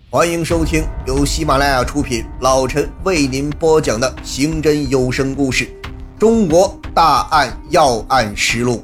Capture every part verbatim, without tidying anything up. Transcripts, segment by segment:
欢迎收听由喜马拉雅出品，老陈为您播讲的刑侦有声故事《中国大案要案实录》。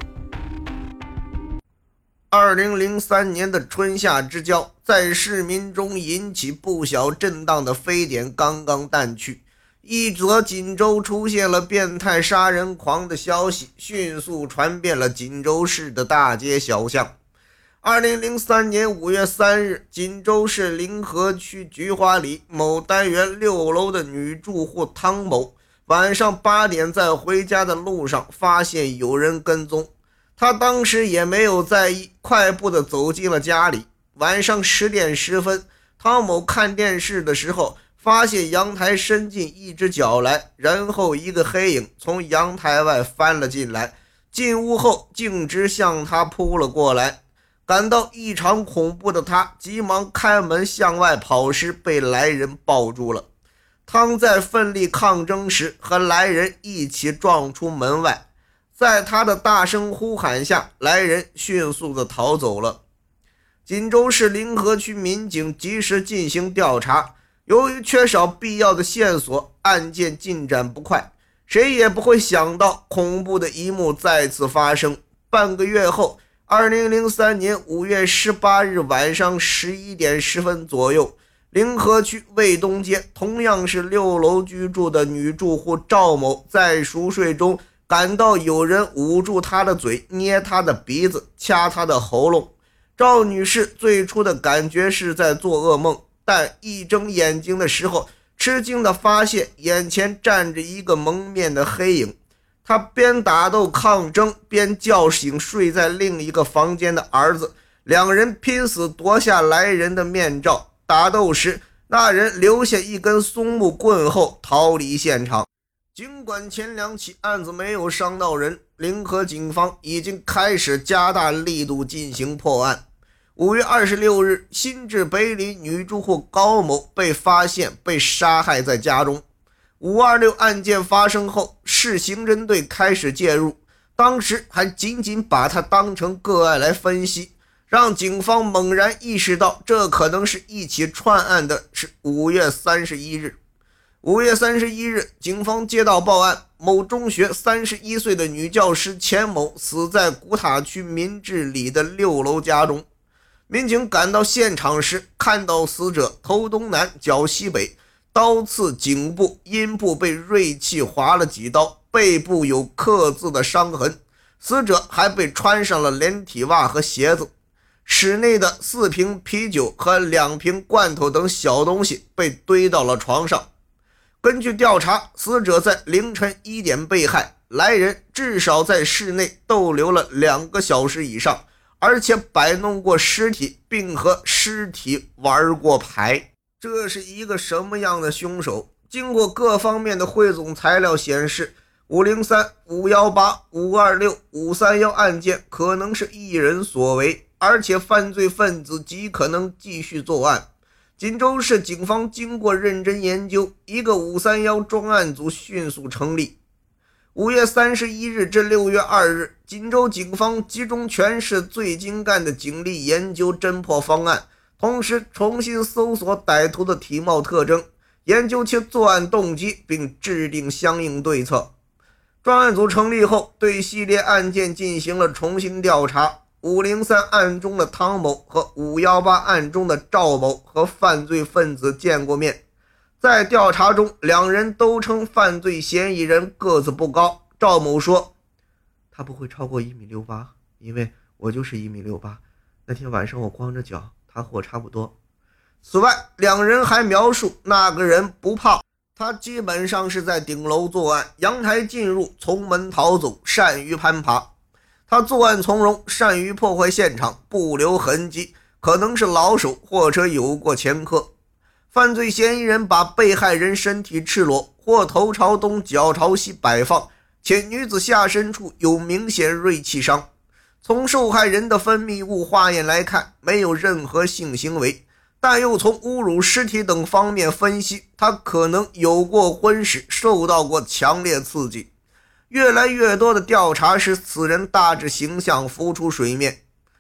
二零零三年的春夏之交，在市民中引起不小震荡的非典刚刚淡去，一则锦州出现了变态杀人狂的消息迅速传遍了锦州市的大街小巷。二零零三年五月三日，锦州市临河区菊花里某单元六楼的女住户汤某，晚上八点在回家的路上发现有人跟踪，她当时也没有在意，快步的走进了家里。晚上十点十分，汤某看电视的时候，发现阳台伸进一只脚来，然后一个黑影从阳台外翻了进来，进屋后径直向她扑了过来。感到异常恐怖的他急忙开门向外跑时被来人抱住了。汤在奋力抗争时和来人一起撞出门外，在他的大声呼喊下，来人迅速的逃走了。锦州市临河区民警及时进行调查，由于缺少必要的线索，案件进展不快，谁也不会想到恐怖的一幕再次发生。半个月后，二零零三年五月十八日晚上十一点十分左右，临河区卫东街同样是六楼居住的女住户赵某在熟睡中感到有人捂住她的嘴，捏她的鼻子，掐她的喉咙。赵女士最初的感觉是在做噩梦，但一睁眼睛的时候，吃惊地发现眼前站着一个蒙面的黑影。他边打斗抗争边叫醒睡在另一个房间的儿子，两人拼死夺下来人的面罩。打斗时，那人留下一根松木棍后逃离现场。尽管前两起案子没有伤到人，临河警方已经开始加大力度进行破案。五月二十六日，新至北里女住户高某被发现被杀害在家中。五二六案件发生后，市刑侦队开始介入，当时还仅仅把它当成个案来分析，让警方猛然意识到这可能是一起串案的是五月三十一日。五月三十一日，警方接到报案，某中学三十一岁的女教师钱某死在古塔区民治里的六楼家中。民警赶到现场时，看到死者头东南脚西北，刀刺颈部，阴部被锐器划了几刀，背部有刻字的伤痕，死者还被穿上了连体袜和鞋子。室内的四瓶啤酒和两瓶罐头等小东西被堆到了床上。根据调查，死者在凌晨一点被害，来人至少在室内逗留了两个小时以上，而且摆弄过尸体，并和尸体玩过牌。这是一个什么样的凶手？经过各方面的汇总材料显示，五零三、五一八、五二六、五三一案件可能是一人所为，而且犯罪分子极可能继续作案。锦州市警方经过认真研究，一个五三一专案组迅速成立。五月三十一日至六月二日，锦州警方集中全市最精干的警力研究侦破方案，同时重新搜索歹徒的体貌特征，研究其作案动机，并制定相应对策。专案组成立后，对系列案件进行了重新调查。五零三案中的汤某和五一八案中的赵某和犯罪分子见过面，在调查中，两人都称犯罪嫌疑人个子不高。赵某说， 他不会超过一米六八，因为我就是一米六八，那天晚上我光着脚，他和我差不多。 此外，两人还描述那个人不胖，他基本上是在顶楼作案，阳台进入，从门逃走，善于攀爬。他作案从容，善于破坏现场，不留痕迹，可能是老手或者有过前科。犯罪嫌疑人把被害人身体赤裸，或头朝东脚朝西摆放，且女子下身处有明显锐器伤。从受害人的分泌物化验来看，没有任何性行为，但又从侮辱尸体等方面分析，他可能有过婚史，受到过强烈刺激。越来越多的调查使此人大致形象浮出水面。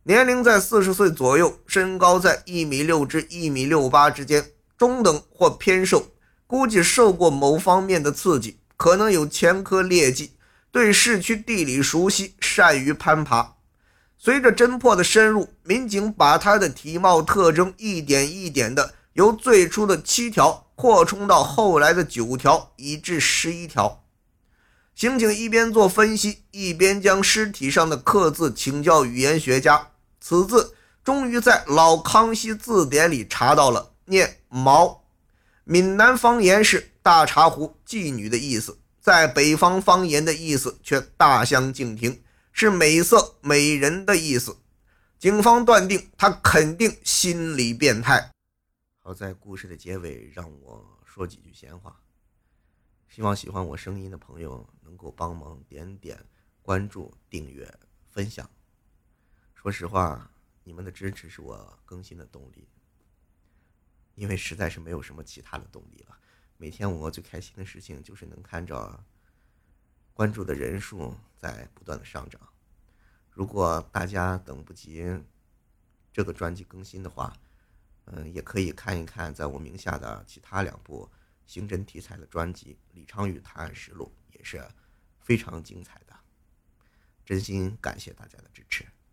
年龄在四十岁左右，身高在一米六至一米六八之间，中等或偏瘦，估计受过某方面的刺激，可能有前科劣迹，对市区地理熟悉，善于攀爬。随着侦破的深入，民警把他的体貌特征一点一点的由最初的七条扩充到后来的九条，以至十一条。刑警一边做分析，一边将尸体上的刻字请教语言学家。此字终于在老康熙字典里查到了，念毛，闽南方言是大茶壶、妓女的意思，在北方方言的意思却大相径庭，是美色美人的意思。警方断定他肯定心理变态。 好在故事的结尾让我说几句闲话，希望喜欢我声音的朋友能够帮忙点点关注、订阅、分享。说实话，你们的支持是我更新的动力，因为实在是没有什么其他的动力了。每天我最开心的事情就是能看着关注的人数在不断的上涨。如果大家等不及这个专辑更新的话，嗯，也可以看一看在我名下的其他两部刑侦题材的专辑《李昌钰探案实录》，也是非常精彩的。真心感谢大家的支持。